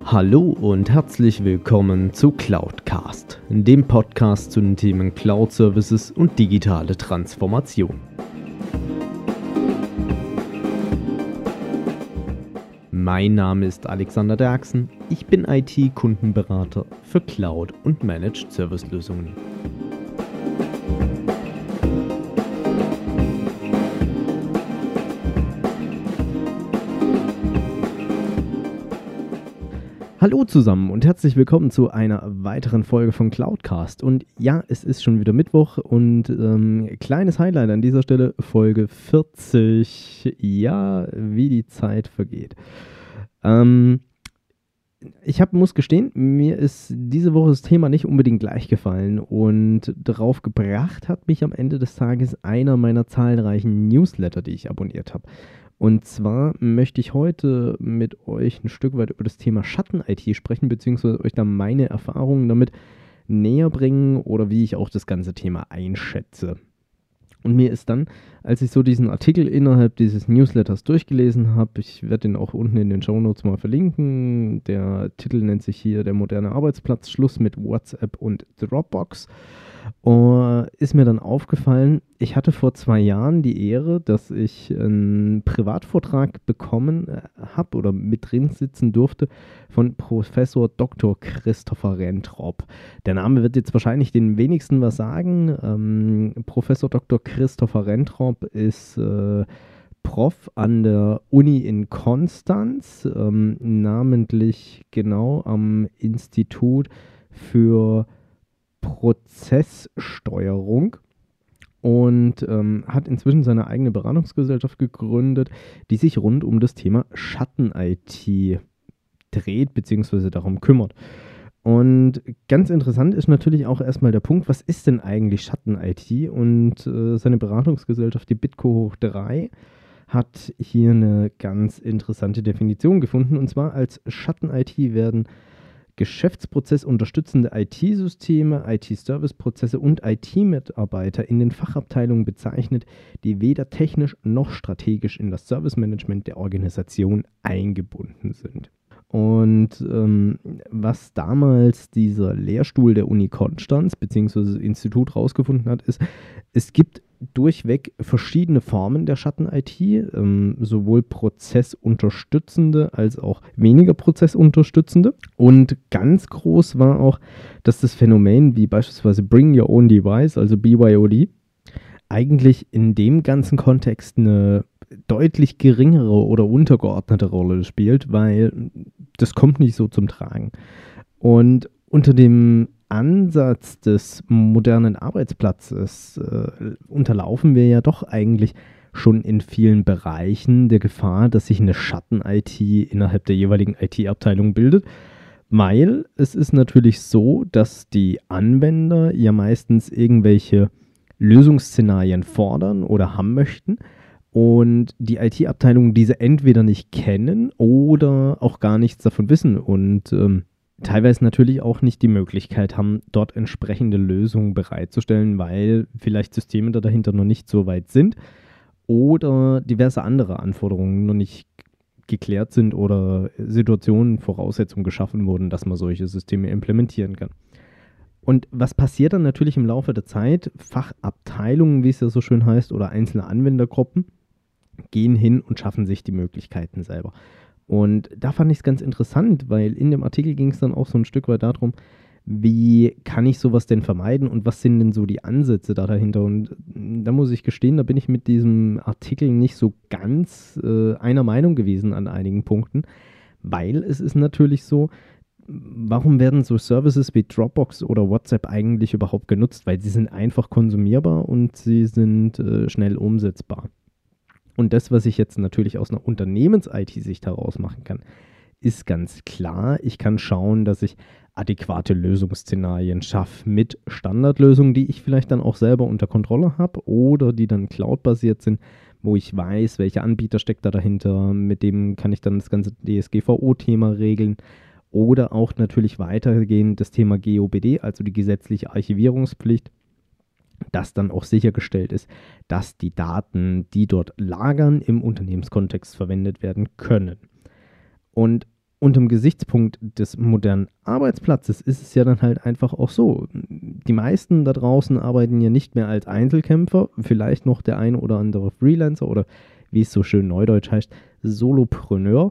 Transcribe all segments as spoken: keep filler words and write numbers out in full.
Hallo und herzlich willkommen zu Cloudcast, dem Podcast zu den Themen Cloud Services und digitale Transformation. Mein Name ist Alexander Derksen, ich bin I T-Kundenberater für Cloud- und Managed Service-Lösungen. Hallo zusammen und herzlich willkommen zu einer weiteren Folge von Cloudcast. Und ja, es ist schon wieder Mittwoch und ähm, kleines Highlight an dieser Stelle, Folge vierzig. Ja, wie die Zeit vergeht. Ähm, ich hab, muss gestehen, mir ist diese Woche das Thema nicht unbedingt gleich gefallen und darauf gebracht hat mich am Ende des Tages einer meiner zahlreichen Newsletter, die ich abonniert habe. Und zwar möchte ich heute mit euch ein Stück weit über das Thema Schatten-I T sprechen, beziehungsweise euch da meine Erfahrungen damit näher bringen oder wie ich auch das ganze Thema einschätze. Und mir ist dann, als ich so diesen Artikel innerhalb dieses Newsletters durchgelesen habe, ich werde den auch unten in den Shownotes mal verlinken, der Titel nennt sich hier der moderne Arbeitsplatz, Schluss mit WhatsApp und Dropbox. Uh, ist mir dann aufgefallen, ich hatte vor zwei Jahren die Ehre, dass ich einen Privatvortrag bekommen äh, habe oder mit drin sitzen durfte von Professor Doktor Christopher Rentrop. Der Name wird jetzt wahrscheinlich den wenigsten was sagen. Ähm, Professor Doktor Christopher Rentrop ist äh, Prof an der Uni in Konstanz, ähm, namentlich genau am Institut für Prozesssteuerung und ähm, hat inzwischen seine eigene Beratungsgesellschaft gegründet, die sich rund um das Thema Schatten-I T dreht bzw. darum kümmert. Und ganz interessant ist natürlich auch erstmal der Punkt, was ist denn eigentlich Schatten-I T? Und äh, seine Beratungsgesellschaft, die Bitco hoch drei, hat hier eine ganz interessante Definition gefunden. Und zwar als Schatten-I T werden geschäftsprozessunterstützende I T-Systeme, I T-Service-Prozesse und I T-Mitarbeiter in den Fachabteilungen bezeichnet, die weder technisch noch strategisch in das Service-Management der Organisation eingebunden sind. Und ähm, was damals dieser Lehrstuhl der Uni Konstanz bzw. das Institut rausgefunden hat, ist, es gibt durchweg verschiedene Formen der Schatten-I T, ähm, sowohl prozessunterstützende als auch weniger prozessunterstützende. Und ganz groß war auch, dass das Phänomen wie beispielsweise Bring Your Own Device, also B Y O D, eigentlich in dem ganzen Kontext eine deutlich geringere oder untergeordnete Rolle spielt, weil das kommt nicht so zum Tragen. Und unter dem Ansatz des modernen Arbeitsplatzes äh, unterlaufen wir ja doch eigentlich schon in vielen Bereichen der Gefahr, dass sich eine Schatten-I T innerhalb der jeweiligen I T-Abteilung bildet, weil es ist natürlich so, dass die Anwender ja meistens irgendwelche Lösungsszenarien fordern oder haben möchten und die I T-Abteilungen diese entweder nicht kennen oder auch gar nichts davon wissen und ähm, teilweise natürlich auch nicht die Möglichkeit haben, dort entsprechende Lösungen bereitzustellen, weil vielleicht Systeme da dahinter noch nicht so weit sind oder diverse andere Anforderungen noch nicht geklärt sind oder Situationen, Voraussetzungen geschaffen wurden, dass man solche Systeme implementieren kann. Und was passiert dann natürlich im Laufe der Zeit? Fachabteilungen, wie es ja so schön heißt, oder einzelne Anwendergruppen gehen hin und schaffen sich die Möglichkeiten selber. Und da fand ich es ganz interessant, weil in dem Artikel ging es dann auch so ein Stück weit darum, wie kann ich sowas denn vermeiden und was sind denn so die Ansätze da dahinter. Und da muss ich gestehen, da bin ich mit diesem Artikel nicht so ganz äh, einer Meinung gewesen an einigen Punkten, weil es ist natürlich so, warum werden so Services wie Dropbox oder WhatsApp eigentlich überhaupt genutzt? Weil sie sind einfach konsumierbar und sie sind äh, schnell umsetzbar. Und das, was ich jetzt natürlich aus einer Unternehmens-I T-Sicht heraus machen kann, ist ganz klar, ich kann schauen, dass ich adäquate Lösungsszenarien schaffe mit Standardlösungen, die ich vielleicht dann auch selber unter Kontrolle habe oder die dann cloud-basiert sind, wo ich weiß, welcher Anbieter steckt da dahinter, mit dem kann ich dann das ganze D S G V O-Thema regeln oder auch natürlich weitergehend das Thema G O B D, also die gesetzliche Archivierungspflicht, dass dann auch sichergestellt ist, dass die Daten, die dort lagern, im Unternehmenskontext verwendet werden können. Und Unter dem Gesichtspunkt des modernen Arbeitsplatzes ist es ja dann halt einfach auch so. Die meisten da draußen arbeiten ja nicht mehr als Einzelkämpfer, vielleicht noch der eine oder andere Freelancer oder wie es so schön neudeutsch heißt, Solopreneur.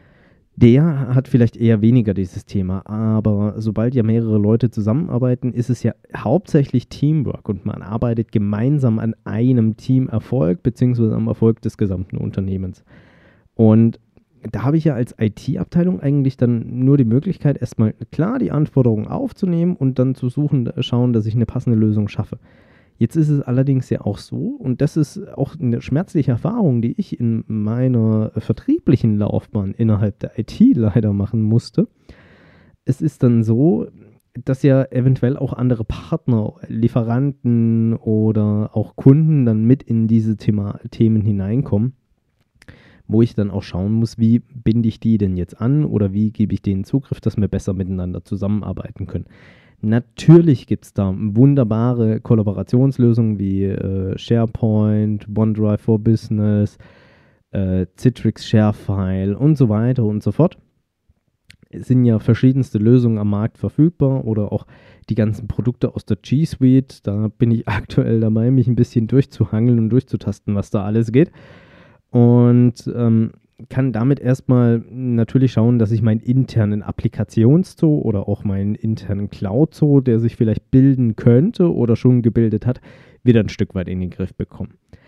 Der hat vielleicht eher weniger dieses Thema, aber sobald ja mehrere Leute zusammenarbeiten, ist es ja hauptsächlich Teamwork und man arbeitet gemeinsam an einem Teamerfolg beziehungsweise am Erfolg des gesamten Unternehmens. Und da habe ich ja als I T-Abteilung eigentlich dann nur die Möglichkeit, erstmal klar die Anforderungen aufzunehmen und dann zu suchen, schauen, dass ich eine passende Lösung schaffe. Jetzt ist es allerdings ja auch so, und das ist auch eine schmerzliche Erfahrung, die ich in meiner vertrieblichen Laufbahn innerhalb der I T leider machen musste. Es ist dann so, dass ja eventuell auch andere Partner, Lieferanten oder auch Kunden dann mit in diese Thema, Themen hineinkommen, wo ich dann auch schauen muss, wie binde ich die denn jetzt an oder wie gebe ich denen Zugriff, dass wir besser miteinander zusammenarbeiten können. Natürlich gibt es da wunderbare Kollaborationslösungen wie äh, SharePoint, OneDrive for Business, äh, Citrix ShareFile und so weiter und so fort. Es sind ja verschiedenste Lösungen am Markt verfügbar oder auch die ganzen Produkte aus der G Suite. Da bin ich aktuell dabei, mich ein bisschen durchzuhangeln und durchzutasten, was da alles geht. Und ähm, kann damit erstmal natürlich schauen, dass ich meinen internen Applikationszoo oder auch meinen internen Cloud-Zoo, der sich vielleicht bilden könnte oder schon gebildet hat, wieder ein Stück weit in den Griff bekomme.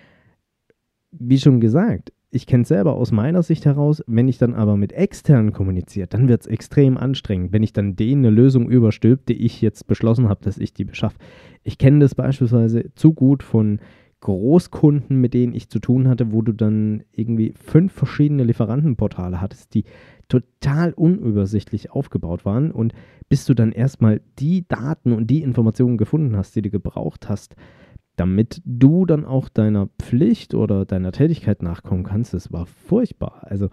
Wie schon gesagt, ich kenne es selber aus meiner Sicht heraus, wenn ich dann aber mit externen kommuniziere, dann wird es extrem anstrengend, wenn ich dann denen eine Lösung überstülpe, die ich jetzt beschlossen habe, dass ich die beschaffe. Ich kenne das beispielsweise zu gut von Großkunden, mit denen ich zu tun hatte, wo du dann irgendwie fünf verschiedene Lieferantenportale hattest, die total unübersichtlich aufgebaut waren, und bis du dann erstmal die Daten und die Informationen gefunden hast, die du gebraucht hast, damit du dann auch deiner Pflicht oder deiner Tätigkeit nachkommen kannst, das war furchtbar. Also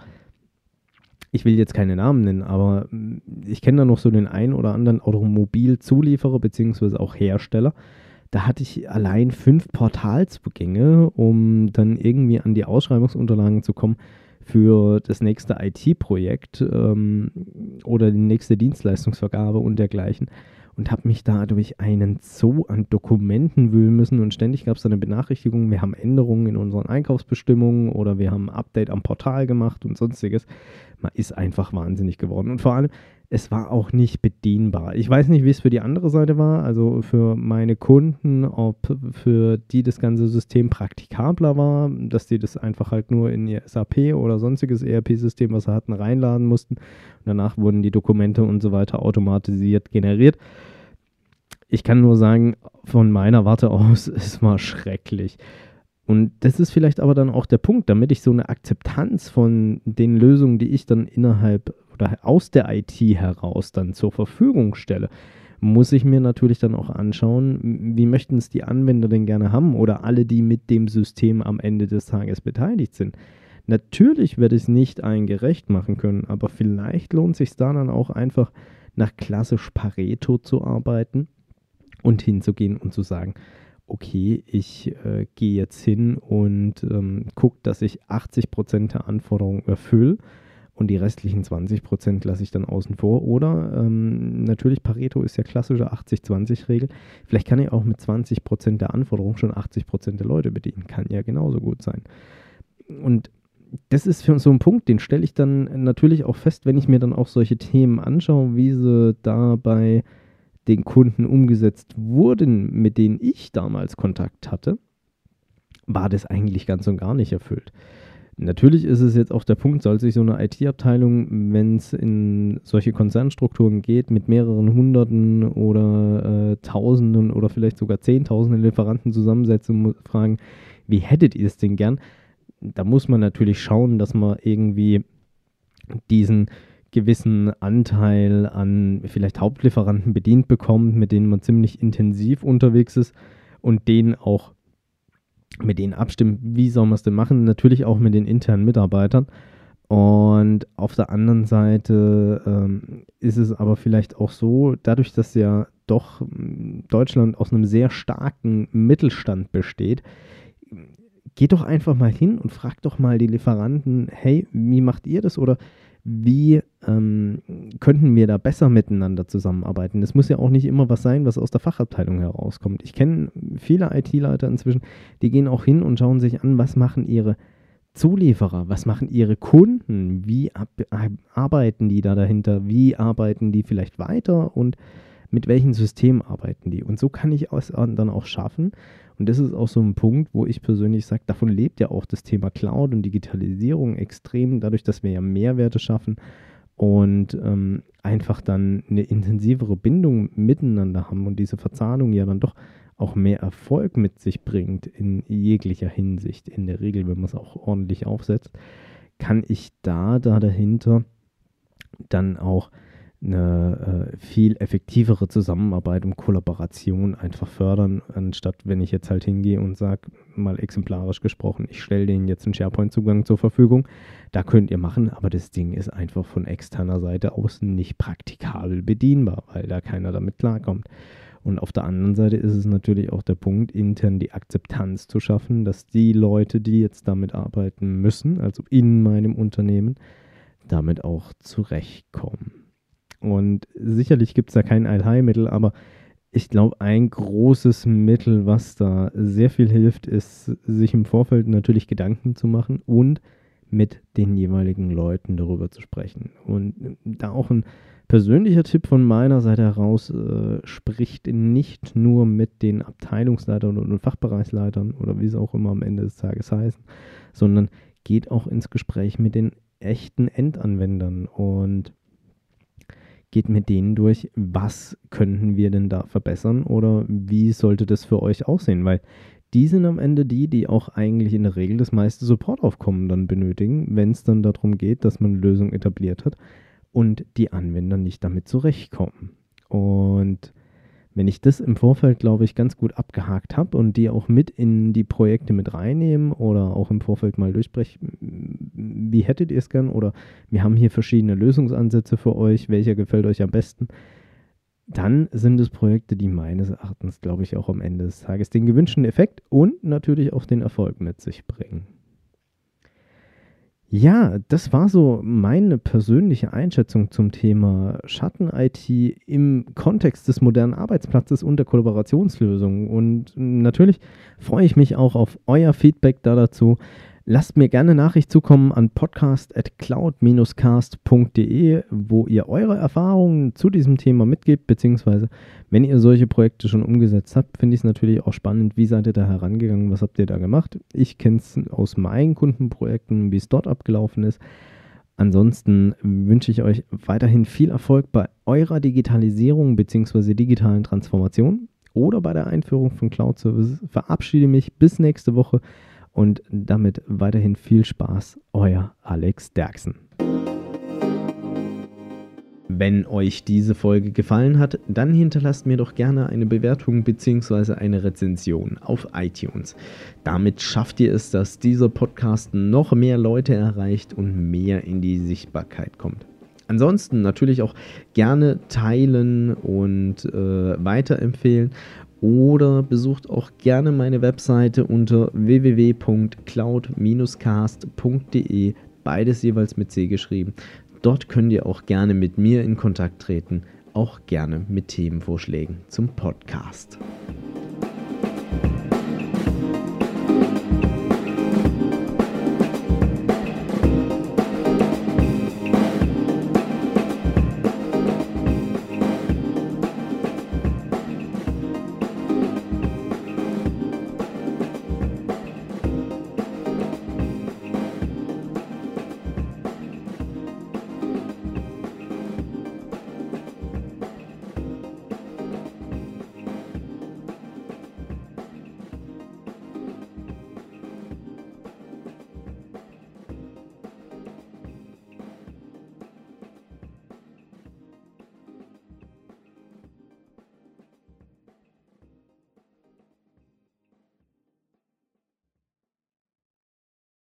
ich will jetzt keine Namen nennen, aber ich kenne da noch so den einen oder anderen Automobilzulieferer beziehungsweise auch Hersteller. Da hatte ich allein fünf Portalzugänge, um dann irgendwie an die Ausschreibungsunterlagen zu kommen für das nächste I T-Projekt ähm, oder die nächste Dienstleistungsvergabe und dergleichen. Und habe mich da durch einen Zoo an Dokumenten wühlen müssen und ständig gab es eine Benachrichtigung, wir haben Änderungen in unseren Einkaufsbestimmungen oder wir haben ein Update am Portal gemacht und sonstiges. Man ist einfach wahnsinnig geworden und vor allem, es war auch nicht bedienbar. Ich weiß nicht, wie es für die andere Seite war, also für meine Kunden, ob für die das ganze System praktikabler war, dass die das einfach halt nur in ihr S A P oder sonstiges E R P-System, was sie hatten, reinladen mussten. Und danach wurden die Dokumente und so weiter automatisiert generiert. Ich kann nur sagen, von meiner Warte aus, es war schrecklich. Und das ist vielleicht aber dann auch der Punkt, damit ich so eine Akzeptanz von den Lösungen, die ich dann innerhalb oder aus der I T heraus dann zur Verfügung stelle, muss ich mir natürlich dann auch anschauen, wie möchten es die Anwender denn gerne haben oder alle, die mit dem System am Ende des Tages beteiligt sind. Natürlich werde ich es nicht allen gerecht machen können, aber vielleicht lohnt es sich da dann auch einfach nach klassisch Pareto zu arbeiten und hinzugehen und zu sagen, okay, ich äh, gehe jetzt hin und ähm, gucke, dass ich achtzig Prozent der Anforderungen erfülle und die restlichen zwanzig Prozent lasse ich dann außen vor. Oder ähm, natürlich, Pareto ist ja klassische achtzig zwanzig Regel. Vielleicht kann ich auch mit zwanzig Prozent der Anforderungen schon achtzig Prozent der Leute bedienen. Kann ja genauso gut sein. Und das ist für uns so ein Punkt, den stelle ich dann natürlich auch fest, wenn ich mir dann auch solche Themen anschaue, wie sie da bei den Kunden umgesetzt wurden, mit denen ich damals Kontakt hatte, war das eigentlich ganz und gar nicht erfüllt. Natürlich ist es jetzt auch der Punkt, soll sich so eine I T-Abteilung, wenn es in solche Konzernstrukturen geht, mit mehreren Hunderten oder äh, Tausenden oder vielleicht sogar Zehntausenden Lieferanten zusammensetzen und fragen, wie hättet ihr es denn gern? Da muss man natürlich schauen, dass man irgendwie diesen gewissen Anteil an vielleicht Hauptlieferanten bedient bekommt, mit denen man ziemlich intensiv unterwegs ist und denen auch mit denen abstimmt, wie soll man es denn machen, natürlich auch mit den internen Mitarbeitern. Und auf der anderen Seite ähm, ist es aber vielleicht auch so, dadurch, dass ja doch Deutschland aus einem sehr starken Mittelstand besteht, geht doch einfach mal hin und fragt doch mal die Lieferanten, hey, wie macht ihr das? Oder wie ähm, könnten wir da besser miteinander zusammenarbeiten. Das muss ja auch nicht immer was sein, was aus der Fachabteilung herauskommt. Ich kenne viele I T-Leiter inzwischen, die gehen auch hin und schauen sich an, was machen ihre Zulieferer, was machen ihre Kunden, wie ab, arbeiten die da dahinter, wie arbeiten die vielleicht weiter und mit welchen Systemen arbeiten die. Und so kann ich es dann auch schaffen. Und das ist auch so ein Punkt, wo ich persönlich sage, davon lebt ja auch das Thema Cloud und Digitalisierung extrem, dadurch, dass wir ja Mehrwerte schaffen und ähm, einfach dann eine intensivere Bindung miteinander haben und diese Verzahnung ja dann doch auch mehr Erfolg mit sich bringt in jeglicher Hinsicht. In der Regel, wenn man es auch ordentlich aufsetzt, kann ich da, da dahinter dann auch eine äh, viel effektivere Zusammenarbeit und Kollaboration einfach fördern, anstatt wenn ich jetzt halt hingehe und sage, mal exemplarisch gesprochen, ich stelle denen jetzt einen SharePoint-Zugang zur Verfügung, da könnt ihr machen, aber das Ding ist einfach von externer Seite aus nicht praktikabel bedienbar, weil da keiner damit klarkommt. Und auf der anderen Seite ist es natürlich auch der Punkt, intern die Akzeptanz zu schaffen, dass die Leute, die jetzt damit arbeiten müssen, also in meinem Unternehmen, damit auch zurechtkommen. Und sicherlich gibt es da kein Allheilmittel, aber ich glaube, ein großes Mittel, was da sehr viel hilft, ist, sich im Vorfeld natürlich Gedanken zu machen und mit den jeweiligen Leuten darüber zu sprechen. Und da auch ein persönlicher Tipp von meiner Seite heraus, äh, spricht nicht nur mit den Abteilungsleitern und Fachbereichsleitern oder wie es auch immer am Ende des Tages heißen, sondern geht auch ins Gespräch mit den echten Endanwendern und geht mit denen durch, was könnten wir denn da verbessern oder wie sollte das für euch aussehen, weil die sind am Ende die, die auch eigentlich in der Regel das meiste Supportaufkommen dann benötigen, wenn es dann darum geht, dass man eine Lösung etabliert hat und die Anwender nicht damit zurechtkommen. Und wenn ich das im Vorfeld, glaube ich, ganz gut abgehakt habe und die auch mit in die Projekte mit reinnehmen oder auch im Vorfeld mal durchsprechen, wie hättet ihr es gern oder wir haben hier verschiedene Lösungsansätze für euch, welcher gefällt euch am besten, dann sind es Projekte, die meines Erachtens, glaube ich, auch am Ende des Tages den gewünschten Effekt und natürlich auch den Erfolg mit sich bringen. Ja, das war so meine persönliche Einschätzung zum Thema Schatten-I T im Kontext des modernen Arbeitsplatzes und der Kollaborationslösung. Und natürlich freue ich mich auch auf euer Feedback da dazu. Lasst mir gerne Nachricht zukommen an podcast at cloud dash cast punkt de, wo ihr eure Erfahrungen zu diesem Thema mitgebt, beziehungsweise wenn ihr solche Projekte schon umgesetzt habt, finde ich es natürlich auch spannend, wie seid ihr da herangegangen, was habt ihr da gemacht. Ich kenne es aus meinen Kundenprojekten, wie es dort abgelaufen ist. Ansonsten wünsche ich euch weiterhin viel Erfolg bei eurer Digitalisierung bzw. digitalen Transformation oder bei der Einführung von Cloud Services. Verabschiede mich bis nächste Woche. Und damit weiterhin viel Spaß, euer Alex Derksen. Wenn euch diese Folge gefallen hat, dann hinterlasst mir doch gerne eine Bewertung bzw. eine Rezension auf iTunes. Damit schafft ihr es, dass dieser Podcast noch mehr Leute erreicht und mehr in die Sichtbarkeit kommt. Ansonsten natürlich auch gerne teilen und äh, weiterempfehlen. Oder besucht auch gerne meine Webseite unter w w w punkt cloud dash cast punkt de, beides jeweils mit C geschrieben. Dort könnt ihr auch gerne mit mir in Kontakt treten, auch gerne mit Themenvorschlägen zum Podcast.